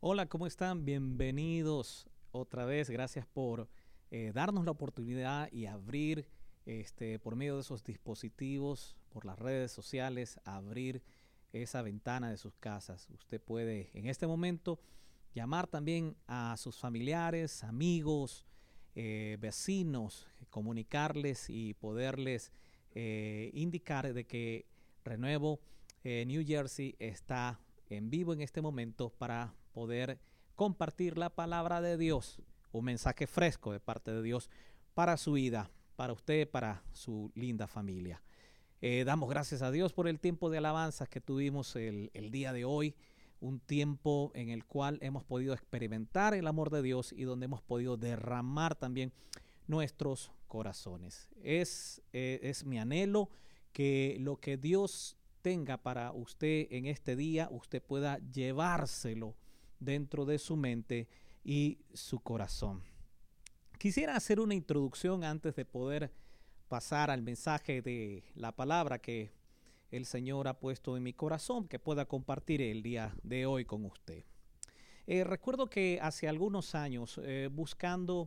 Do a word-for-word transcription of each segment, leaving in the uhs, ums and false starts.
Hola, ¿cómo están? Bienvenidos otra vez. Gracias por eh, darnos la oportunidad y abrir este, por medio de esos dispositivos, por las redes sociales, abrir esa ventana de sus casas. Usted puede en este momento llamar también a sus familiares, amigos, eh, vecinos, comunicarles y poderles eh, indicar de que Renuevo eh, New Jersey está en vivo en este momento para poder compartir la palabra de Dios, un mensaje fresco de parte de Dios para su vida, para usted, para su linda familia. Eh, damos gracias a Dios por el tiempo de alabanza que tuvimos el, el día de hoy, un tiempo en el cual hemos podido experimentar el amor de Dios y donde hemos podido derramar también nuestros corazones. Es, eh, es mi anhelo que lo que Dios tenga para usted en este día, usted pueda llevárselo dentro de su mente y su corazón. Quisiera hacer una introducción antes de poder pasar al mensaje de la palabra que el Señor ha puesto en mi corazón, que pueda compartir el día de hoy con usted. Eh, recuerdo que hace algunos años, eh, buscando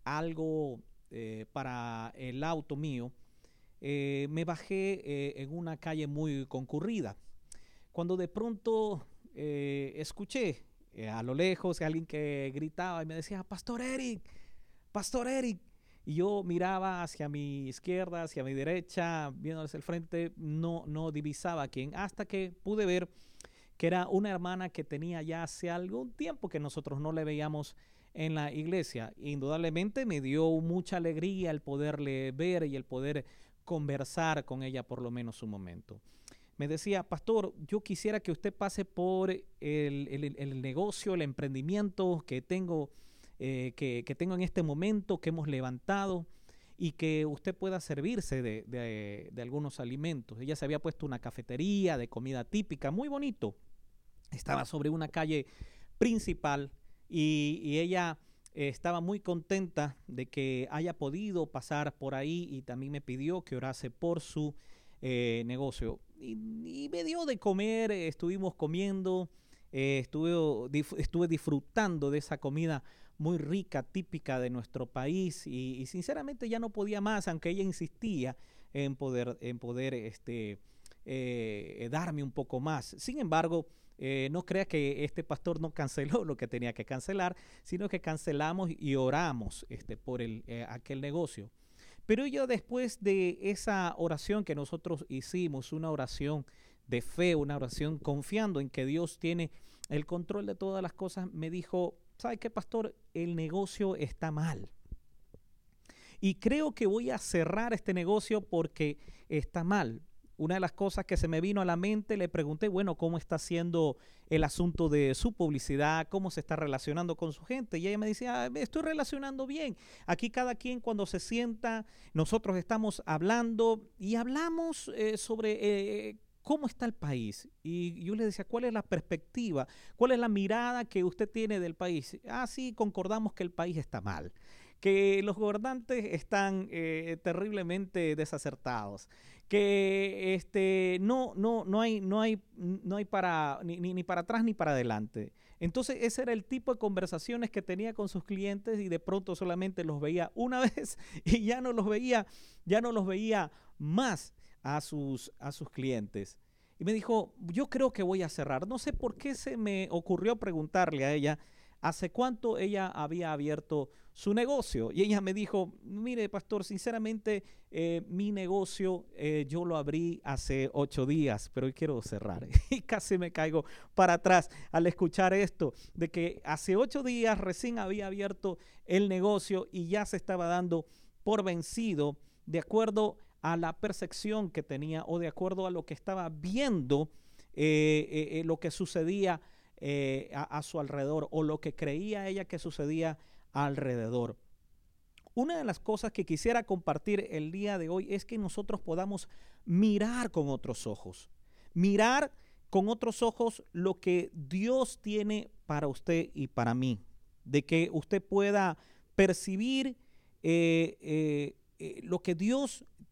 algo eh, para el auto mío, eh, me bajé eh, en una calle muy concurrida. Cuando de pronto eh, escuché eh, a lo lejos a alguien que gritaba y me decía, Pastor Eric, Pastor Eric. Y yo miraba hacia mi izquierda, hacia mi derecha, viendo hacia el frente, no, no divisaba a quién, hasta que pude ver que era una hermana que tenía ya hace algún tiempo que nosotros no le veíamos en la iglesia. Indudablemente me dio mucha alegría el poderle ver y el poder conversar con ella por lo menos un momento. Me decía, pastor, yo quisiera que usted pase por el, el, el negocio, el emprendimiento que tengo, eh, que, que tengo en este momento, que hemos levantado, y que usted pueda servirse de, de, de algunos alimentos. Ella se había puesto una cafetería de comida típica, muy bonito. Estaba sobre una calle principal y, y ella eh, estaba muy contenta de que haya podido pasar por ahí y también me pidió que orase por su eh, negocio. Y, y me dio de comer, eh, estuvimos comiendo, eh, estuve, dif, estuve disfrutando de esa comida muy rica, típica de nuestro país y, y sinceramente ya no podía más, aunque ella insistía en poder, en poder este, eh, darme un poco más. Sin embargo, Eh, no crea que este pastor no canceló lo que tenía que cancelar, sino que cancelamos y oramos este, por el, eh, aquel negocio. Pero yo después de esa oración que nosotros hicimos, una oración de fe, una oración confiando en que Dios tiene el control de todas las cosas, me dijo, ¿sabe qué, pastor? El negocio está mal. Y creo que voy a cerrar este negocio porque está mal. Una de las cosas que se me vino a la mente, le pregunté, bueno, ¿cómo está haciendo el asunto de su publicidad? ¿Cómo se está relacionando con su gente? Y ella me decía, ah, me estoy relacionando bien. Aquí cada quien cuando se sienta, nosotros estamos hablando y hablamos eh, sobre eh, cómo está el país. Y yo le decía, ¿cuál es la perspectiva? ¿Cuál es la mirada que usted tiene del país? Ah, sí, concordamos que el país está mal, que los gobernantes están eh, terriblemente desacertados, que este, no, no, no, hay, no, hay, no hay para ni, ni, ni para atrás ni para adelante. Entonces ese era el tipo de conversaciones que tenía con sus clientes y de pronto solamente los veía una vez y ya no los veía, ya no los veía más a sus, a sus clientes. Y me dijo, yo creo que voy a cerrar. No sé por qué se me ocurrió preguntarle a ella hace cuánto ella había abierto su negocio. Y ella me dijo, mire, pastor, sinceramente, eh, mi negocio eh, yo lo abrí hace ocho días, pero hoy quiero cerrar. Y casi me caigo para atrás al escuchar esto, de que hace ocho días recién había abierto el negocio y ya se estaba dando por vencido de acuerdo a la percepción que tenía o de acuerdo a lo que estaba viendo, eh, eh, eh, lo que sucedía eh, a, a su alrededor o lo que creía ella que sucedía alrededor. Una de las cosas que quisiera compartir el día de hoy es que nosotros podamos mirar con otros ojos, mirar con otros ojos lo que Dios tiene para usted y para mí, de que usted pueda percibir eh, eh, eh, lo que Dios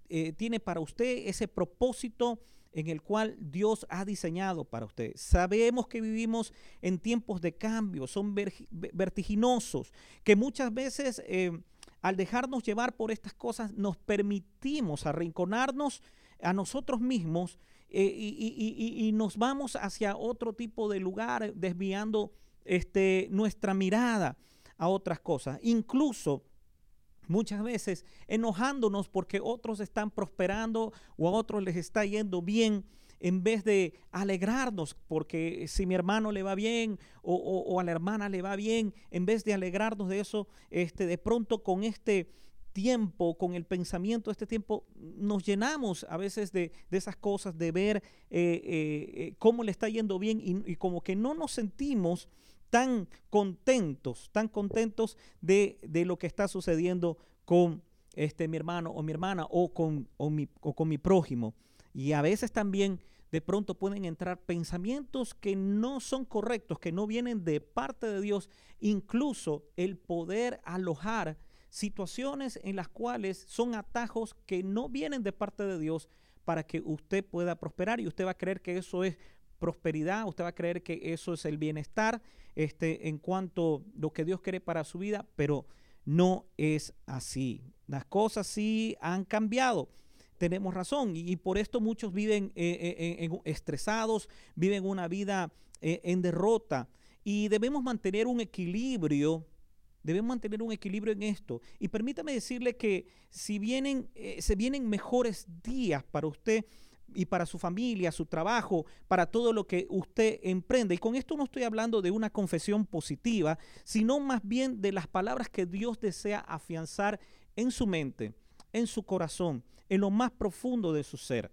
eh, tiene para usted, ese propósito en el cual Dios ha diseñado para usted. Sabemos que vivimos en tiempos de cambio, son vertiginosos, que muchas veces eh, al dejarnos llevar por estas cosas nos permitimos arrinconarnos a nosotros mismos eh, y, y, y, y nos vamos hacia otro tipo de lugar, desviando este, nuestra mirada a otras cosas. Incluso muchas veces enojándonos porque otros están prosperando o a otros les está yendo bien, en vez de alegrarnos porque si mi hermano le va bien o, o, o a la hermana le va bien, en vez de alegrarnos de eso, este, de pronto con este tiempo, con el pensamiento de este tiempo, nos llenamos a veces de, de esas cosas, de ver eh, eh, cómo le está yendo bien y, y como que no nos sentimos tan contentos, tan contentos de, de lo que está sucediendo con este, mi hermano o mi hermana o con, o, mi, o con mi prójimo. Y a veces también de pronto pueden entrar pensamientos que no son correctos, que no vienen de parte de Dios, incluso el poder alojar situaciones en las cuales son atajos que no vienen de parte de Dios para que usted pueda prosperar, y usted va a creer que eso es prosperidad, usted va a creer que eso es el bienestar este, en cuanto a lo que Dios quiere para su vida, pero no es así. Las cosas sí han cambiado, tenemos razón, y, y por esto muchos viven eh, eh, en, estresados, viven una vida eh, en derrota, y debemos mantener un equilibrio, debemos mantener un equilibrio en esto. Y permítame decirle que si vienen, eh, se vienen mejores días para usted y para su familia, su trabajo, para todo lo que usted emprende. Y con esto no estoy hablando de una confesión positiva, sino más bien de las palabras que Dios desea afianzar en su mente, en su corazón, en lo más profundo de su ser.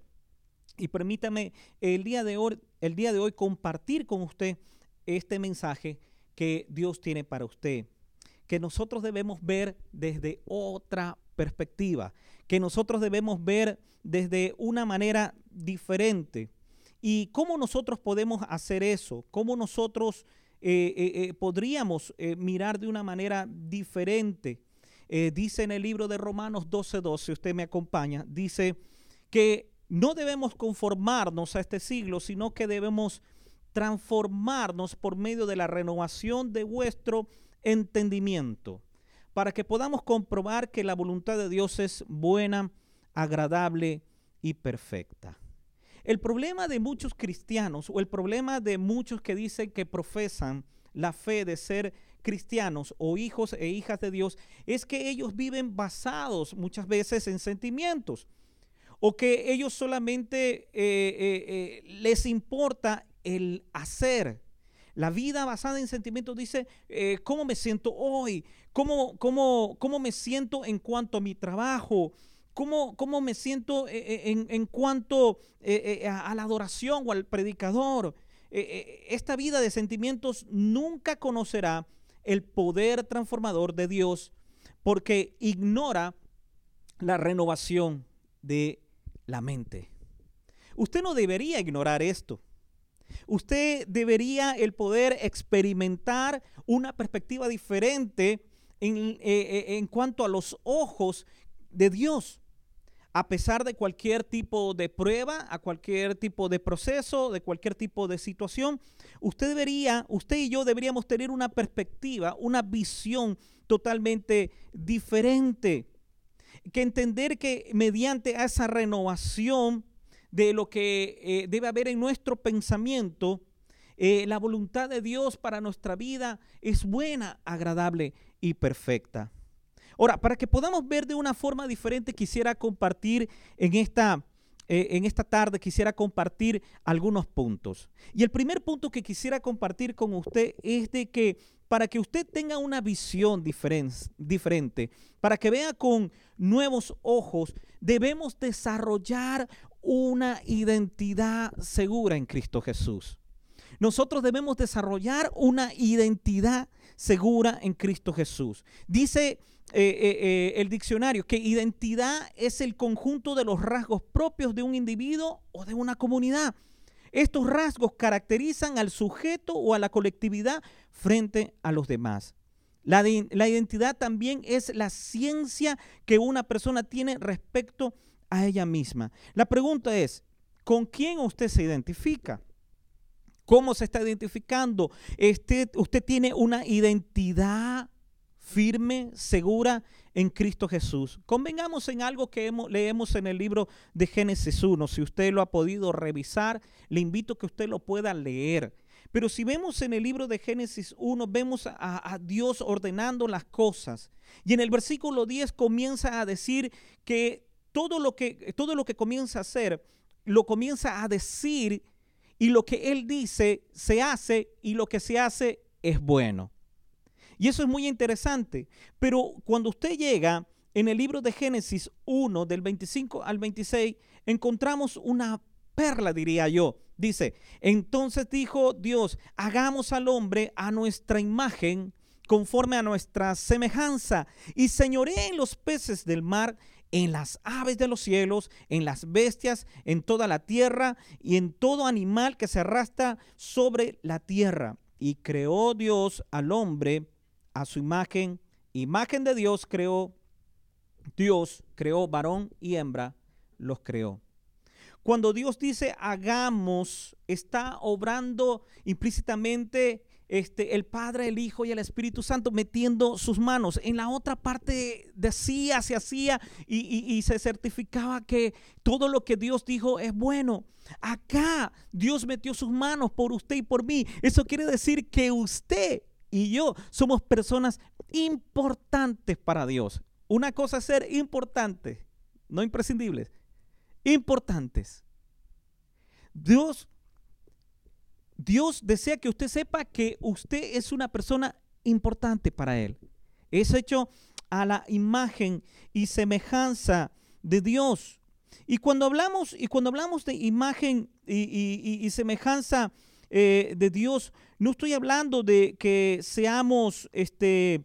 Y permítame el día de hoy, el día de hoy compartir con usted este mensaje que Dios tiene para usted, que nosotros debemos ver desde otra perspectiva, que nosotros debemos ver desde una manera diferente. ¿Y cómo nosotros podemos hacer eso? ¿Cómo nosotros eh, eh, eh, podríamos eh, mirar de una manera diferente? Eh, dice en el libro de Romanos doce doce, si usted me acompaña, dice que no debemos conformarnos a este siglo, sino que debemos transformarnos por medio de la renovación de vuestro entendimiento, para que podamos comprobar que la voluntad de Dios es buena, agradable y perfecta. El problema de muchos cristianos, o el problema de muchos que dicen que profesan la fe de ser cristianos o hijos e hijas de Dios, es que ellos viven basados muchas veces en sentimientos, o que ellos solamente eh, eh, eh, les importa el hacer. La vida basada en sentimientos dice, eh, ¿cómo me siento hoy? ¿Cómo, cómo, cómo me siento en cuanto a mi trabajo? ¿Cómo, cómo me siento en, en cuanto eh, eh, a la adoración o al predicador? Eh, eh, esta vida de sentimientos nunca conocerá el poder transformador de Dios, porque ignora la renovación de la mente. Usted no debería ignorar esto. Usted debería el poder experimentar una perspectiva diferente en, eh, en cuanto a los ojos de Dios. A pesar de cualquier tipo de prueba, a cualquier tipo de proceso, de cualquier tipo de situación, usted debería, usted y yo deberíamos tener una perspectiva, una visión totalmente diferente. Que entender que mediante esa renovación de lo que eh, debe haber en nuestro pensamiento, eh, la voluntad de Dios para nuestra vida es buena, agradable y perfecta. Ahora, para que podamos ver de una forma diferente, quisiera compartir en esta, eh, en esta tarde, quisiera compartir algunos puntos. Y el primer punto que quisiera compartir con usted es de que para que usted tenga una visión diferen, diferente, para que vea con nuevos ojos, debemos desarrollar una identidad segura en Cristo Jesús. Nosotros debemos desarrollar una identidad segura en Cristo Jesús. Dice eh, eh, eh, el diccionario que identidad es el conjunto de los rasgos propios de un individuo o de una comunidad. Estos rasgos caracterizan al sujeto o a la colectividad frente a los demás. La, de, la identidad también es la ciencia que una persona tiene respecto a ella misma. La pregunta es, ¿con quién usted se identifica? ¿Cómo se está identificando? Este, usted tiene una identidad firme, segura en Cristo Jesús. Convengamos en algo que hemos, leemos en el libro de Génesis uno. Si usted lo ha podido revisar, le invito a que usted lo pueda leer. Pero si vemos en el libro de Génesis uno, vemos a, a Dios ordenando las cosas. Y en el versículo diez comienza a decir que todo lo que, todo lo que comienza a hacer, lo comienza a decir, y lo que Él dice se hace, y lo que se hace es bueno. Y eso es muy interesante. Pero cuando usted llega en el libro de Génesis uno, del veinticinco al veintiséis, encontramos una perla, diría yo. Dice, entonces dijo Dios, hagamos al hombre a nuestra imagen, conforme a nuestra semejanza, y señoree en los peces del mar, en las aves de los cielos, en las bestias, en toda la tierra, y en todo animal que se arrastra sobre la tierra. Y creó Dios al hombre a su imagen, imagen de Dios creó, Dios creó varón y hembra, los creó. Cuando Dios dice hagamos, está obrando implícitamente este, el Padre, el Hijo y el Espíritu Santo metiendo sus manos. En la otra parte decía, se hacía y, y, y se certificaba que todo lo que Dios dijo es bueno. Acá Dios metió sus manos por usted y por mí. Eso quiere decir que usted y yo somos personas importantes para Dios. Una cosa es ser importantes, no imprescindibles. Importantes. Dios, Dios desea que usted sepa que usted es una persona importante para Él. Es hecho a la imagen y semejanza de Dios. Y cuando hablamos, y cuando hablamos de imagen y, y, y semejanza eh, de Dios, no estoy hablando de que seamos este,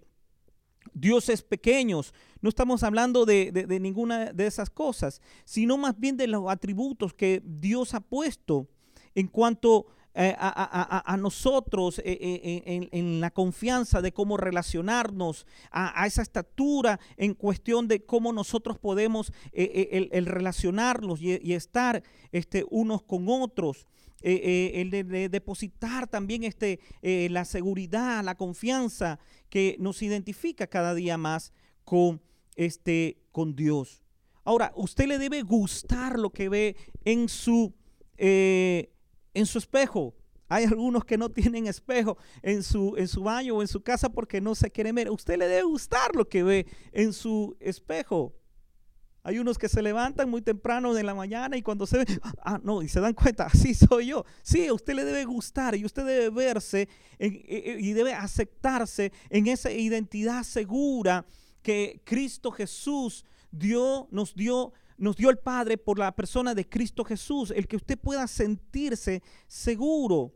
dioses pequeños. No estamos hablando de, de, de ninguna de esas cosas, sino más bien de los atributos que Dios ha puesto en cuanto eh, a, a, a, a nosotros, eh, eh, en, en la confianza de cómo relacionarnos, a, a esa estatura en cuestión de cómo nosotros podemos eh, el, el relacionarnos y, y estar este, unos con otros. Eh, eh, el de, de depositar también este, eh, la seguridad, la confianza que nos identifica cada día más con Este, con Dios. Ahora, usted le debe gustar lo que ve en su, eh, en su espejo. Hay algunos que no tienen espejo en su, en su baño o en su casa porque no se quieren ver. Usted le debe gustar lo que ve en su espejo. Hay unos que se levantan muy temprano de la mañana y cuando se ven, ah, no, y se dan cuenta, así soy yo. Sí, a usted le debe gustar y usted debe verse en, en, y debe aceptarse en esa identidad segura que Cristo Jesús dio, nos dio, nos dio el Padre por la persona de Cristo Jesús, el que usted pueda sentirse seguro,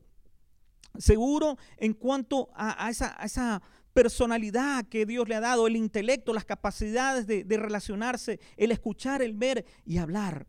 seguro en cuanto a, a, esa, a esa personalidad que Dios le ha dado, el intelecto, las capacidades de, de relacionarse, el escuchar, el ver y hablar.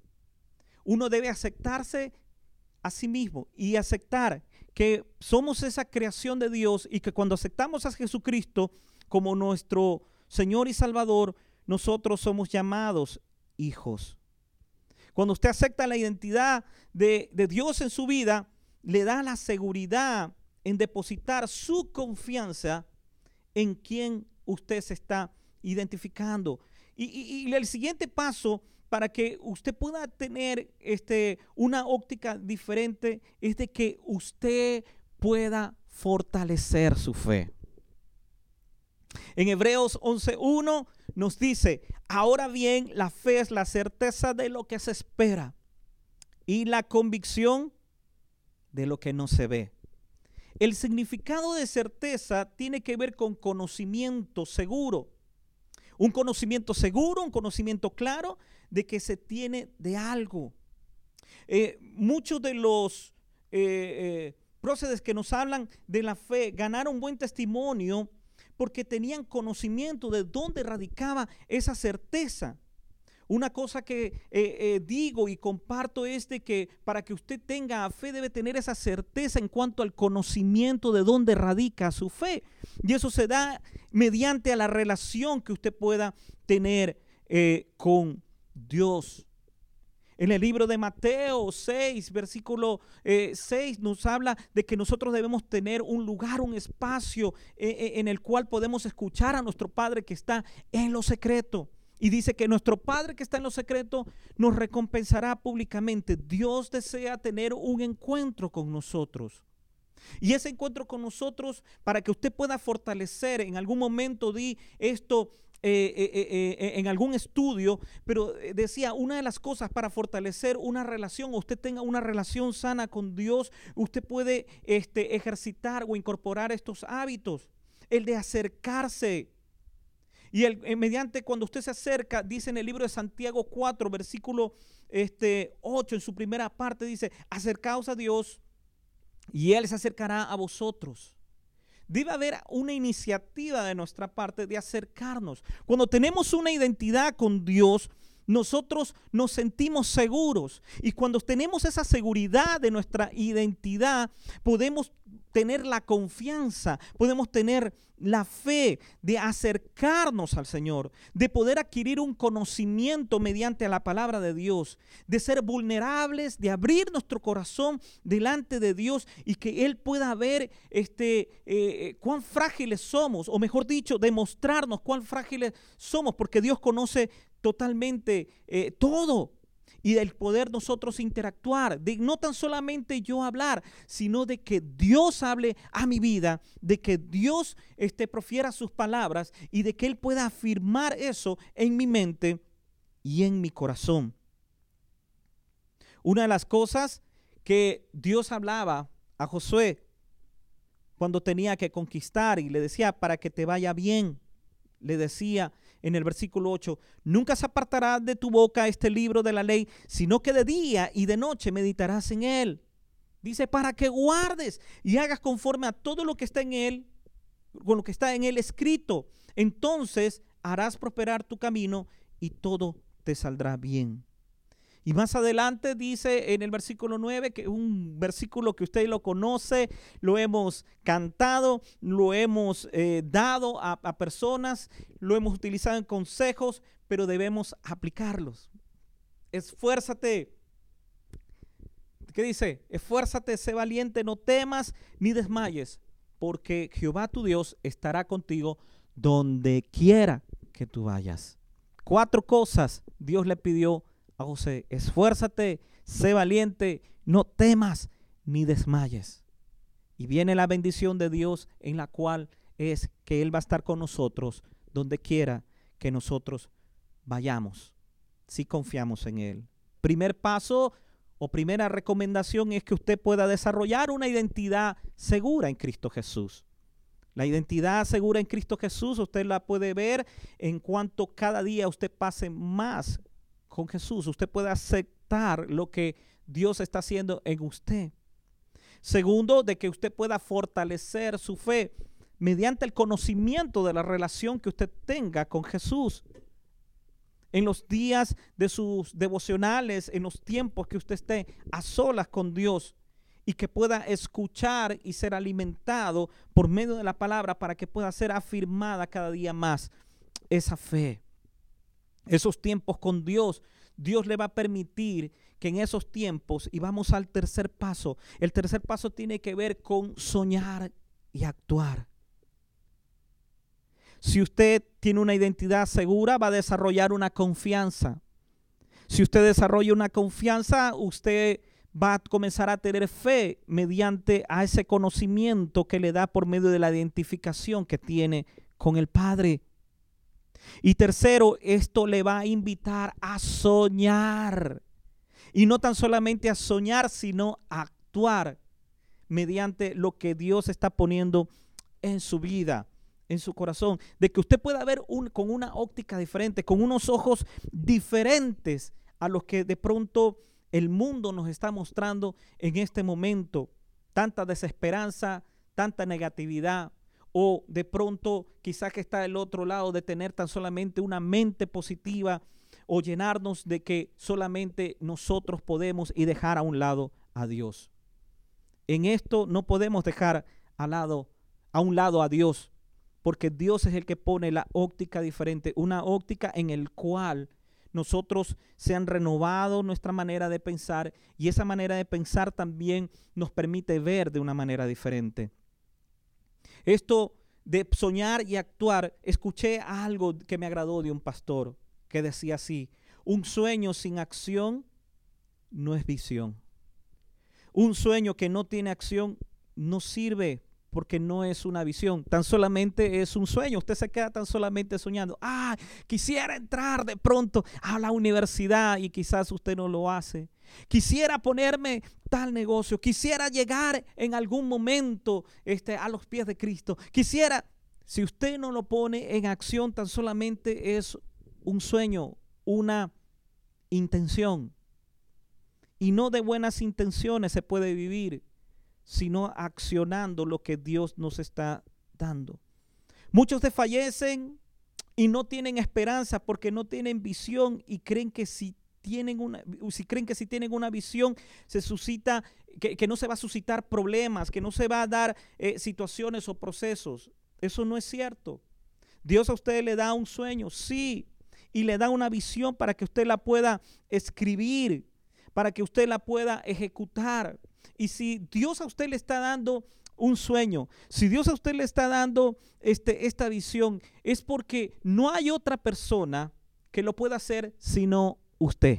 Uno debe aceptarse a sí mismo y aceptar que somos esa creación de Dios y que cuando aceptamos a Jesucristo como nuestro Señor y Salvador, nosotros somos llamados hijos. Cuando usted acepta la identidad de, de Dios en su vida, le da la seguridad en depositar su confianza en quien usted se está identificando. Y, y, y el siguiente paso para que usted pueda tener este, una óptica diferente es de que usted pueda fortalecer su fe. En Hebreos once uno nos dice, ahora bien, la fe es la certeza de lo que se espera y la convicción de lo que no se ve. El significado de certeza tiene que ver con conocimiento seguro. Un conocimiento seguro, un conocimiento claro de que se tiene de algo. Eh, muchos de los eh, eh, próceres que nos hablan de la fe ganaron buen testimonio porque tenían conocimiento de dónde radicaba esa certeza. Una cosa que eh, eh, digo y comparto es de que para que usted tenga fe debe tener esa certeza en cuanto al conocimiento de dónde radica su fe. Y eso se da mediante a la relación que usted pueda tener eh, con Dios. En el libro de Mateo seis, versículo eh, seis, nos habla de que nosotros debemos tener un lugar, un espacio eh, en el cual podemos escuchar a nuestro Padre que está en lo secreto. Y dice que nuestro Padre que está en lo secreto nos recompensará públicamente. Dios desea tener un encuentro con nosotros. Y ese encuentro con nosotros, para que usted pueda fortalecer, en algún momento di esto eh, eh, eh, eh, en algún estudio, pero decía, una de las cosas para fortalecer una relación, o usted tenga una relación sana con Dios, usted puede este, ejercitar o incorporar estos hábitos, el de acercarse. Y el, eh, mediante cuando usted se acerca, dice en el libro de Santiago cuatro, versículo este, ocho, en su primera parte dice, acercaos a Dios y Él se acercará a vosotros. Debe haber una iniciativa de nuestra parte de acercarnos. Cuando tenemos una identidad con Dios, nosotros nos sentimos seguros. Y cuando tenemos esa seguridad de nuestra identidad, podemos tener la confianza, podemos tener la fe de acercarnos al Señor, de poder adquirir un conocimiento mediante la palabra de Dios, de ser vulnerables, de abrir nuestro corazón delante de Dios y que Él pueda ver este, eh, cuán frágiles somos, o mejor dicho, demostrarnos cuán frágiles somos, porque Dios conoce totalmente eh, todo. Y del poder nosotros interactuar, de no tan solamente yo hablar, sino de que Dios hable a mi vida, de que Dios este, profiera sus palabras y de que Él pueda afirmar eso en mi mente y en mi corazón. Una de las cosas que Dios hablaba a Josué cuando tenía que conquistar y le decía, para que te vaya bien, le decía en el versículo ocho, nunca se apartará de tu boca este libro de la ley, sino que de día y de noche meditarás en él. Dice, para que guardes y hagas conforme a todo lo que está en él, con lo que está en él escrito. Entonces harás prosperar tu camino y todo te saldrá bien. Y más adelante dice en el versículo nueve, que es un versículo que usted lo conoce, lo hemos cantado, lo hemos eh, dado a, a personas, lo hemos utilizado en consejos, pero debemos aplicarlos. Esfuérzate. ¿Qué dice? Esfuérzate, sé valiente, no temas ni desmayes, porque Jehová tu Dios estará contigo donde quiera que tú vayas. Cuatro cosas Dios le pidió a José: esfuérzate, sé valiente, no temas ni desmayes. Y viene la bendición de Dios, en la cual es que Él va a estar con nosotros donde quiera que nosotros vayamos, si confiamos en Él. Primer paso o primera recomendación es que usted pueda desarrollar una identidad segura en Cristo Jesús. La identidad segura en Cristo Jesús usted la puede ver en cuanto cada día usted pase más con Jesús. Usted puede aceptar lo que Dios está haciendo en usted. Segundo, de que usted pueda fortalecer su fe mediante el conocimiento de la relación que usted tenga con Jesús. En los días de sus devocionales, en los tiempos que usted esté a solas con Dios y que pueda escuchar y ser alimentado por medio de la palabra para que pueda ser afirmada cada día más esa fe. Esos tiempos con Dios, Dios le va a permitir que en esos tiempos, y vamos al tercer paso, el tercer paso tiene que ver con soñar y actuar. Si usted tiene una identidad segura, va a desarrollar una confianza. Si usted desarrolla una confianza, usted va a comenzar a tener fe mediante a ese conocimiento que le da por medio de la identificación que tiene con el Padre. Y tercero, esto le va a invitar a soñar. Y no tan solamente a soñar, sino a actuar mediante lo que Dios está poniendo en su vida, en su corazón. De que usted pueda ver un, con una óptica diferente, con unos ojos diferentes a los que de pronto el mundo nos está mostrando en este momento. Tanta desesperanza, tanta negatividad. O de pronto quizás que está del otro lado de tener tan solamente una mente positiva o llenarnos de que solamente nosotros podemos y dejar a un lado a Dios. En esto no podemos dejar a, lado, a un lado a Dios, porque Dios es el que pone la óptica diferente, una óptica en el cual nosotros sean renovados nuestra manera de pensar, y esa manera de pensar también nos permite ver de una manera diferente. Esto de soñar y actuar, escuché algo que me agradó de un pastor que decía así: un sueño sin acción no es visión. Un sueño que no tiene acción no sirve, porque no es una visión, tan solamente es un sueño. Usted se queda tan solamente soñando. Ah, quisiera entrar de pronto a la universidad, y quizás usted no lo hace. Quisiera ponerme tal negocio, quisiera llegar en algún momento este, a los pies de Cristo. Quisiera, si usted no lo pone en acción, tan solamente es un sueño, una intención. Y no de buenas intenciones se puede vivir, sino accionando lo que Dios nos está dando. Muchos desfallecen y no tienen esperanza porque no tienen visión, y creen que si tienen una, si creen que si tienen una visión se suscita, que, que no se va a suscitar problemas, que no se va a dar eh, situaciones o procesos. Eso no es cierto. Dios a usted le da un sueño, sí, y le da una visión para que usted la pueda escribir, para que usted la pueda ejecutar. Y si Dios a usted le está dando un sueño, si Dios a usted le está dando este, esta visión, es porque no hay otra persona que lo pueda hacer sino usted.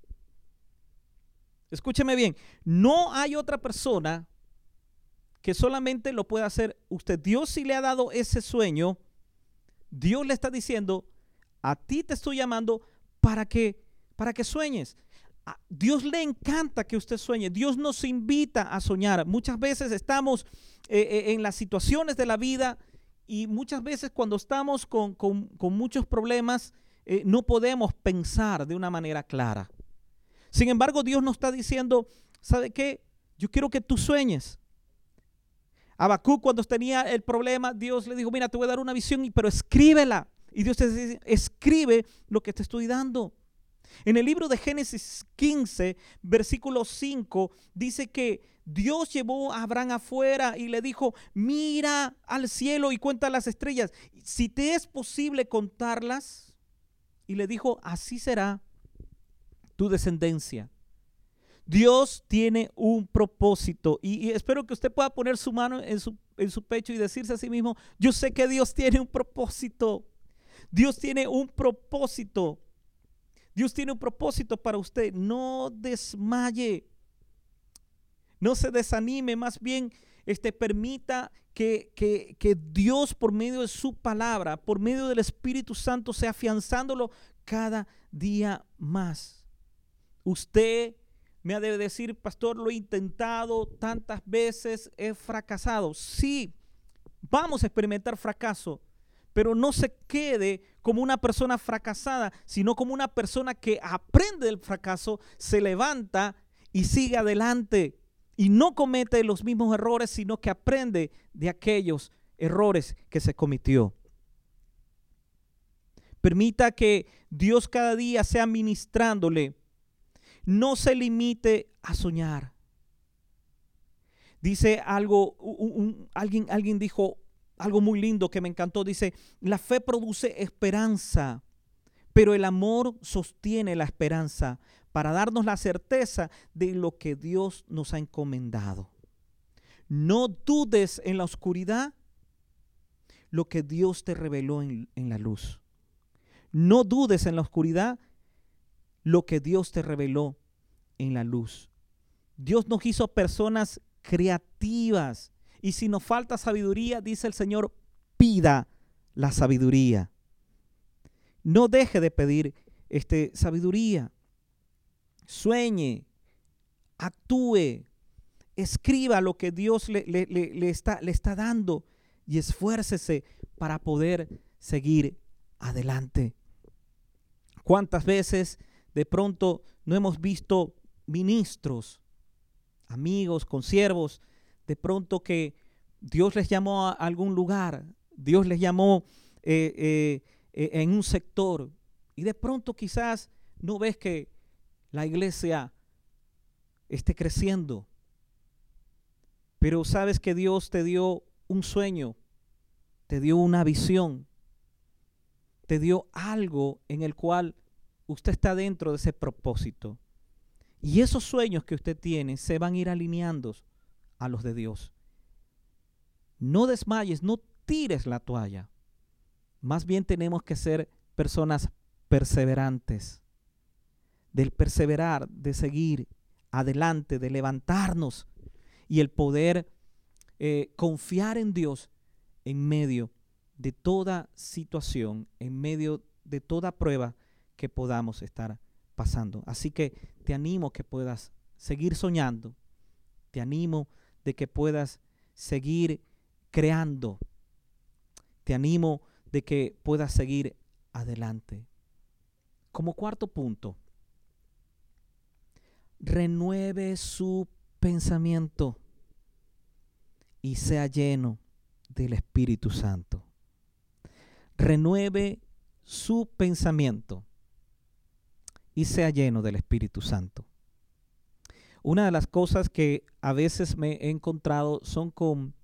Escúcheme bien, no hay otra persona que solamente lo pueda hacer usted. Dios sí le ha dado ese sueño. Dios le está diciendo: a ti te estoy llamando para que, para que sueñes. A Dios le encanta que usted sueñe. Dios nos invita a soñar. Muchas veces estamos eh, eh, en las situaciones de la vida, y muchas veces cuando estamos con, con, con muchos problemas eh, no podemos pensar de una manera clara. Sin embargo, Dios nos está diciendo: ¿sabe qué? Yo quiero que tú sueñes. Habacuc, cuando tenía el problema, Dios le dijo: mira, te voy a dar una visión, pero escríbela. Y Dios te dice: escribe lo que te estoy dando. En el libro de Génesis quince, versículo cinco, dice que Dios llevó a Abraham afuera y le dijo: mira al cielo y cuenta las estrellas, si te es posible contarlas. Y le dijo: así será tu descendencia. Dios tiene un propósito, y, y espero que usted pueda poner su mano en su, en su pecho y decirse a sí mismo: yo sé que Dios tiene un propósito. Dios tiene un propósito. Dios tiene un propósito para usted. No desmaye, no se desanime, más bien este, permita que, que, que Dios, por medio de su palabra, por medio del Espíritu Santo, sea afianzándolo cada día más. Usted me ha de decir: pastor, lo he intentado tantas veces, he fracasado. Sí, vamos a experimentar fracaso, pero no se quede como una persona fracasada, sino como una persona que aprende del fracaso, se levanta y sigue adelante, y no comete los mismos errores, sino que aprende de aquellos errores que se cometió. Permita que Dios cada día sea ministrándole. No se limite a soñar. Dice algo, un, un, alguien, alguien dijo algo muy lindo que me encantó. Dice: la fe produce esperanza, pero el amor sostiene la esperanza para darnos la certeza de lo que Dios nos ha encomendado. No dudes en la oscuridad lo que Dios te reveló en, en la luz. No dudes en la oscuridad lo que Dios te reveló en la luz. Dios nos hizo personas creativas, y si nos falta sabiduría, dice el Señor, pida la sabiduría. No deje de pedir este, sabiduría. Sueñe, actúe, escriba lo que Dios le, le, le, le, está, le está dando, y esfuércese para poder seguir adelante. ¿Cuántas veces de pronto no hemos visto ministros, amigos, consiervos, de pronto que Dios les llamó a algún lugar, Dios les llamó eh, eh, eh, en un sector, y de pronto quizás no ves que la iglesia esté creciendo, pero sabes que Dios te dio un sueño, te dio una visión, te dio algo en el cual usted está dentro de ese propósito. Y esos sueños que usted tiene se van a ir alineando a los de Dios. No desmayes, no tires la toalla. Más bien tenemos que ser personas perseverantes, del perseverar, de seguir adelante, de levantarnos y el poder eh, confiar en Dios en medio de toda situación, en medio de toda prueba que podamos estar pasando. Así que te animo que puedas seguir soñando, te animo de que puedas seguir creando, te animo de que puedas seguir adelante. Como cuarto punto, renueve su pensamiento y sea lleno del Espíritu Santo. Renueve su pensamiento y sea lleno del Espíritu Santo. Una de las cosas que a veces me he encontrado son con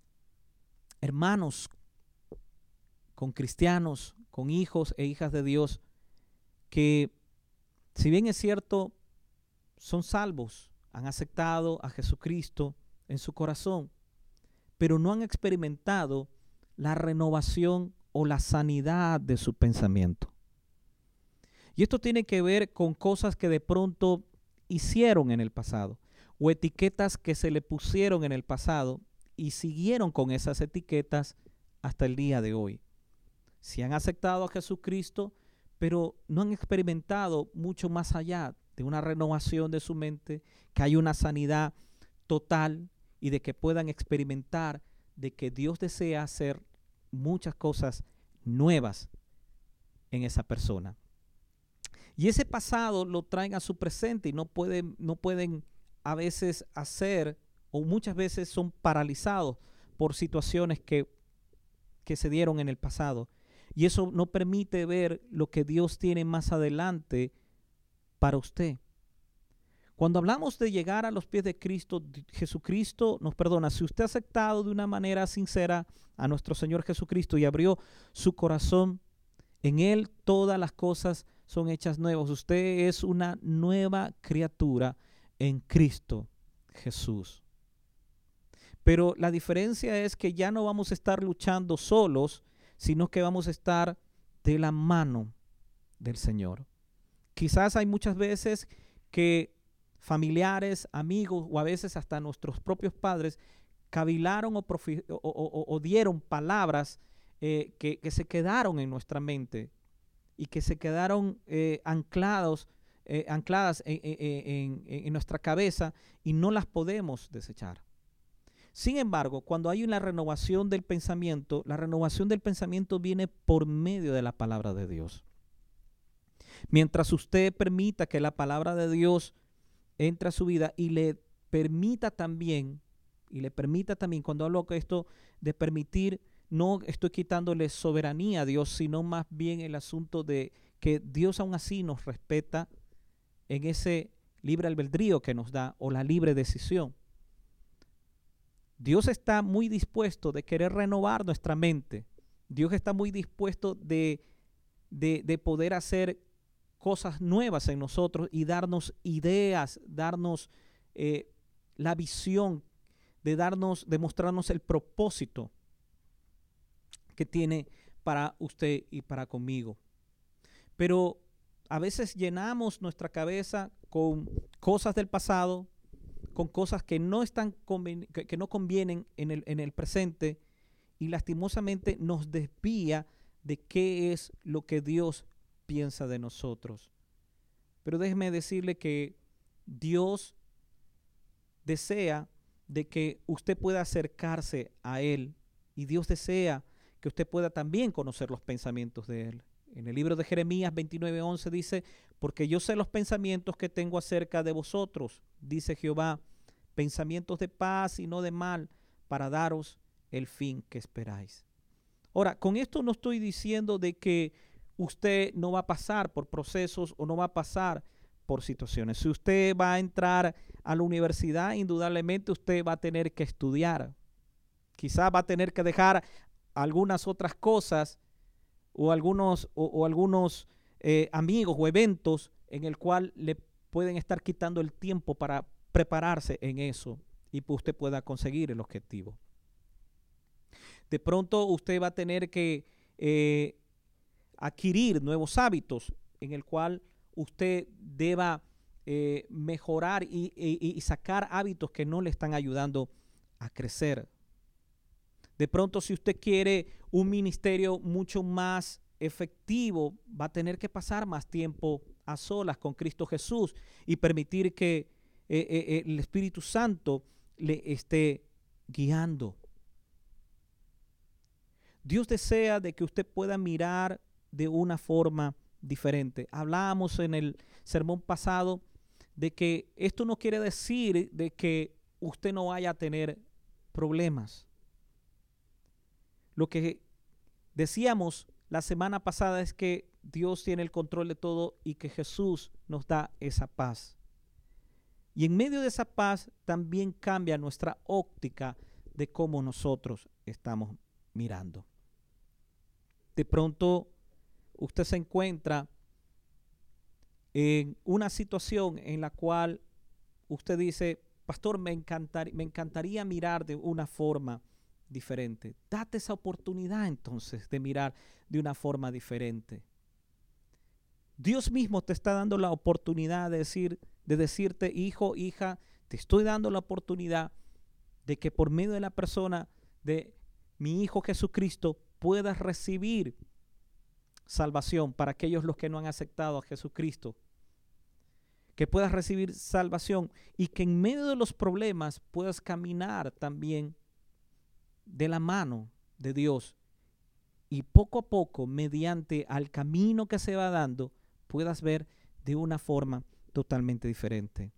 hermanos, con cristianos, con hijos e hijas de Dios, que si bien es cierto, son salvos, han aceptado a Jesucristo en su corazón, pero no han experimentado la renovación o la sanidad de su pensamiento. Y esto tiene que ver con cosas que de pronto hicieron en el pasado o etiquetas que se le pusieron en el pasado y siguieron con esas etiquetas hasta el día de hoy. Si han aceptado a Jesucristo, pero no han experimentado mucho más allá de una renovación de su mente, que hay una sanidad total y de que puedan experimentar de que Dios desea hacer muchas cosas nuevas en esa persona. Y ese pasado lo traen a su presente y no pueden, no pueden a veces hacer, o muchas veces son paralizados por situaciones que, que se dieron en el pasado. Y eso no permite ver lo que Dios tiene más adelante para usted. Cuando hablamos de llegar a los pies de Cristo, Jesucristo nos perdona. Si usted ha aceptado de una manera sincera a nuestro Señor Jesucristo y abrió su corazón, en Él todas las cosas son hechas nuevas. Usted es una nueva criatura en Cristo Jesús. Pero la diferencia es que ya no vamos a estar luchando solos, sino que vamos a estar de la mano del Señor. Quizás hay muchas veces que familiares, amigos o a veces hasta nuestros propios padres cavilaron o, profi- o, o, o dieron palabras eh, que, que se quedaron en nuestra mente y que se quedaron eh, anclados, eh, ancladas en, en, en, en nuestra cabeza y no las podemos desechar. Sin embargo, cuando hay una renovación del pensamiento, la renovación del pensamiento viene por medio de la palabra de Dios. Mientras usted permita que la palabra de Dios entre a su vida y le permita también, y le permita también, cuando hablo de esto de permitir, no estoy quitándole soberanía a Dios, sino más bien el asunto de que Dios aún así nos respeta en ese libre albedrío que nos da o la libre decisión. Dios está muy dispuesto de querer renovar nuestra mente. Dios está muy dispuesto de, de, de poder hacer cosas nuevas en nosotros y darnos ideas, darnos eh, la visión, de darnos, de mostrarnos el propósito que tiene para usted y para conmigo. Pero a veces llenamos nuestra cabeza con cosas del pasado, con cosas que no están conven- que, que no convienen en el, en el presente y lastimosamente nos desvía de qué es lo que Dios piensa de nosotros. Pero déjeme decirle que Dios desea de que usted pueda acercarse a Él y Dios desea que usted pueda también conocer los pensamientos de Él. En el libro de Jeremías veintinueve once dice, porque yo sé los pensamientos que tengo acerca de vosotros, dice Jehová, pensamientos de paz y no de mal, para daros el fin que esperáis. Ahora, con esto no estoy diciendo de que usted no va a pasar por procesos o no va a pasar por situaciones. Si usted va a entrar a la universidad, indudablemente usted va a tener que estudiar. Quizás va a tener que dejar algunas otras cosas o algunos, o, o algunos eh, amigos o eventos en el cual le pueden estar quitando el tiempo para prepararse en eso y pues usted pueda conseguir el objetivo. De pronto usted va a tener que eh, adquirir nuevos hábitos en el cual usted deba eh, mejorar y, y, y sacar hábitos que no le están ayudando a crecer. De pronto, si usted quiere un ministerio mucho más efectivo, va a tener que pasar más tiempo a solas con Cristo Jesús y permitir que eh, eh, el Espíritu Santo le esté guiando. Dios desea de que usted pueda mirar de una forma diferente. Hablábamos en el sermón pasado de que esto no quiere decir de que usted no vaya a tener problemas. Lo que decíamos la semana pasada es que Dios tiene el control de todo y que Jesús nos da esa paz. Y en medio de esa paz también cambia nuestra óptica de cómo nosotros estamos mirando. De pronto usted se encuentra en una situación en la cual usted dice, pastor, me encantar, me encantaría mirar de una forma diferente. Date esa oportunidad entonces de mirar de una forma diferente. Dios mismo te está dando la oportunidad de decir, de decirte, hijo, hija, te estoy dando la oportunidad de que por medio de la persona de mi Hijo Jesucristo puedas recibir salvación para aquellos los que no han aceptado a Jesucristo. Que puedas recibir salvación y que en medio de los problemas puedas caminar también de la mano de Dios y poco a poco, mediante al camino que se va dando, puedas ver de una forma totalmente diferente.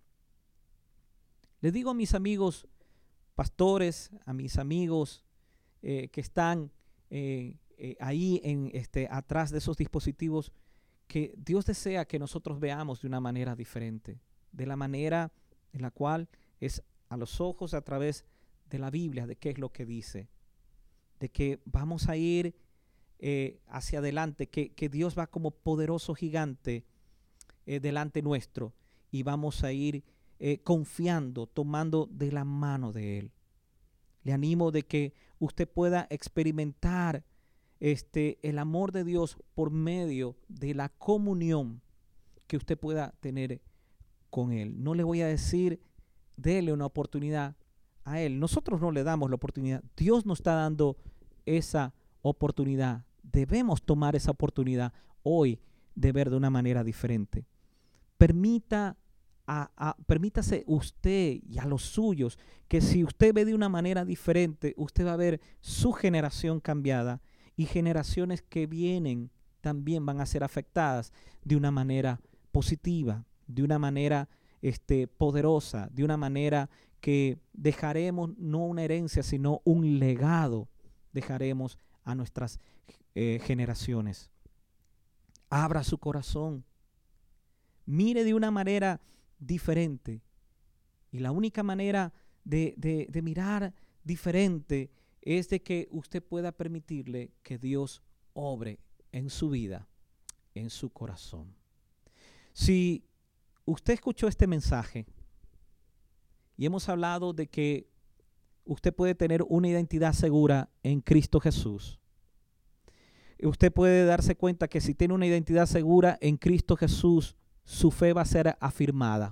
Les digo a mis amigos pastores, a mis amigos eh, que están eh, eh, ahí en, este, atrás de esos dispositivos, que Dios desea que nosotros veamos de una manera diferente, de la manera en la cual es a los ojos a través de la Biblia, de qué es lo que dice, de que vamos a ir eh, hacia adelante, que, que Dios va como poderoso gigante eh, delante nuestro y vamos a ir eh, confiando, tomando de la mano de Él. Le animo de que usted pueda experimentar Este, el amor de Dios por medio de la comunión que usted pueda tener con Él. No le voy a decir, dele una oportunidad a Él. Nosotros no le damos la oportunidad. Dios nos está dando esa oportunidad. Debemos tomar esa oportunidad hoy de ver de una manera diferente. Permita a, a, permítase usted y a los suyos que si usted ve de una manera diferente, usted va a ver su generación cambiada. Y generaciones que vienen también van a ser afectadas de una manera positiva, de una manera este, poderosa, de una manera que dejaremos no una herencia, sino un legado dejaremos a nuestras eh, generaciones. Abra su corazón, mire de una manera diferente. Y la única manera de, de, de mirar diferente es de que usted pueda permitirle que Dios obre en su vida, en su corazón. Si usted escuchó este mensaje y hemos hablado de que usted puede tener una identidad segura en Cristo Jesús, usted puede darse cuenta que si tiene una identidad segura en Cristo Jesús, su fe va a ser afirmada.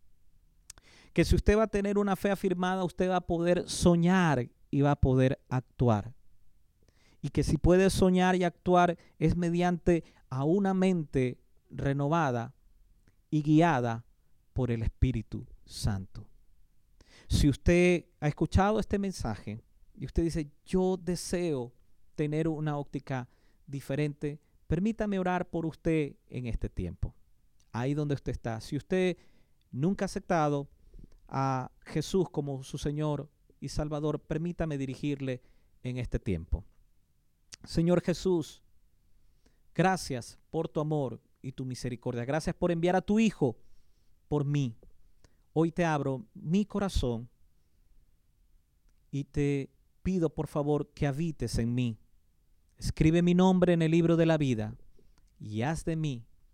Que si usted va a tener una fe afirmada, usted va a poder soñar y va a poder actuar. Y que si puede soñar y actuar es mediante a una mente renovada y guiada por el Espíritu Santo. Si usted ha escuchado este mensaje y usted dice, yo deseo tener una óptica diferente, permítame orar por usted en este tiempo. Ahí donde usted está. Si usted nunca ha aceptado a Jesús como su Señor y Salvador, permítame dirigirle en este tiempo. Señor Jesús, gracias por tu amor y tu misericordia. Gracias por enviar a tu Hijo por mí. Hoy te abro mi corazón y te pido por favor que habites en mí. Escribe mi nombre en el libro de la vida y haz de mí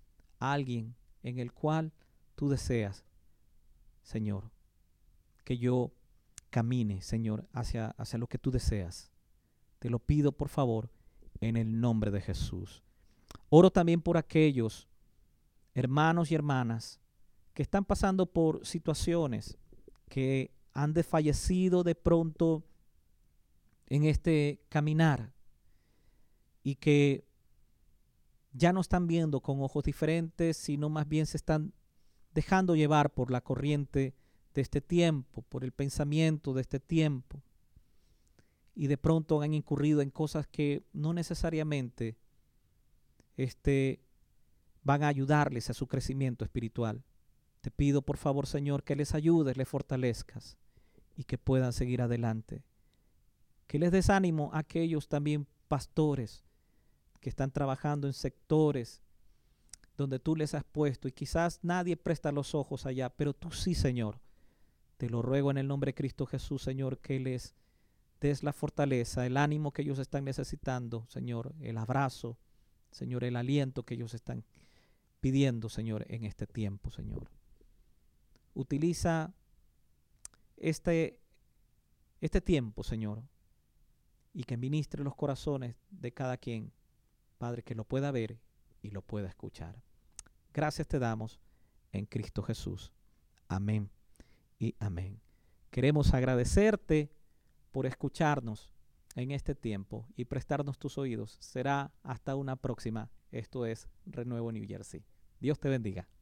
alguien en el cual tú deseas, Señor, que yo camine, Señor, hacia, hacia lo que tú deseas. Te lo pido, por favor, en el nombre de Jesús. Oro también por aquellos hermanos y hermanas que están pasando por situaciones, que han desfallecido de pronto en este caminar y que ya no están viendo con ojos diferentes, sino más bien se están dejando llevar por la corriente de este tiempo, por el pensamiento de este tiempo. Y de pronto han incurrido en cosas que no necesariamente este, van a ayudarles a su crecimiento espiritual. Te pido, por favor, Señor, que les ayudes, les fortalezcas y que puedan seguir adelante. Que les des ánimo a aquellos también pastores que están trabajando en sectores donde tú les has puesto y quizás nadie presta los ojos allá, pero tú sí, Señor. Te lo ruego en el nombre de Cristo Jesús, Señor, que les des la fortaleza, el ánimo que ellos están necesitando, Señor, el abrazo, Señor, el aliento que ellos están pidiendo, Señor, en este tiempo, Señor. Utiliza este, este tiempo, Señor, y que ministre los corazones de cada quien, Padre, que lo pueda ver y lo pueda escuchar. Gracias te damos en Cristo Jesús. Amén y amén. Queremos agradecerte por escucharnos en este tiempo y prestarnos tus oídos. Será hasta una próxima. Esto es Renuevo New Jersey. Dios te bendiga.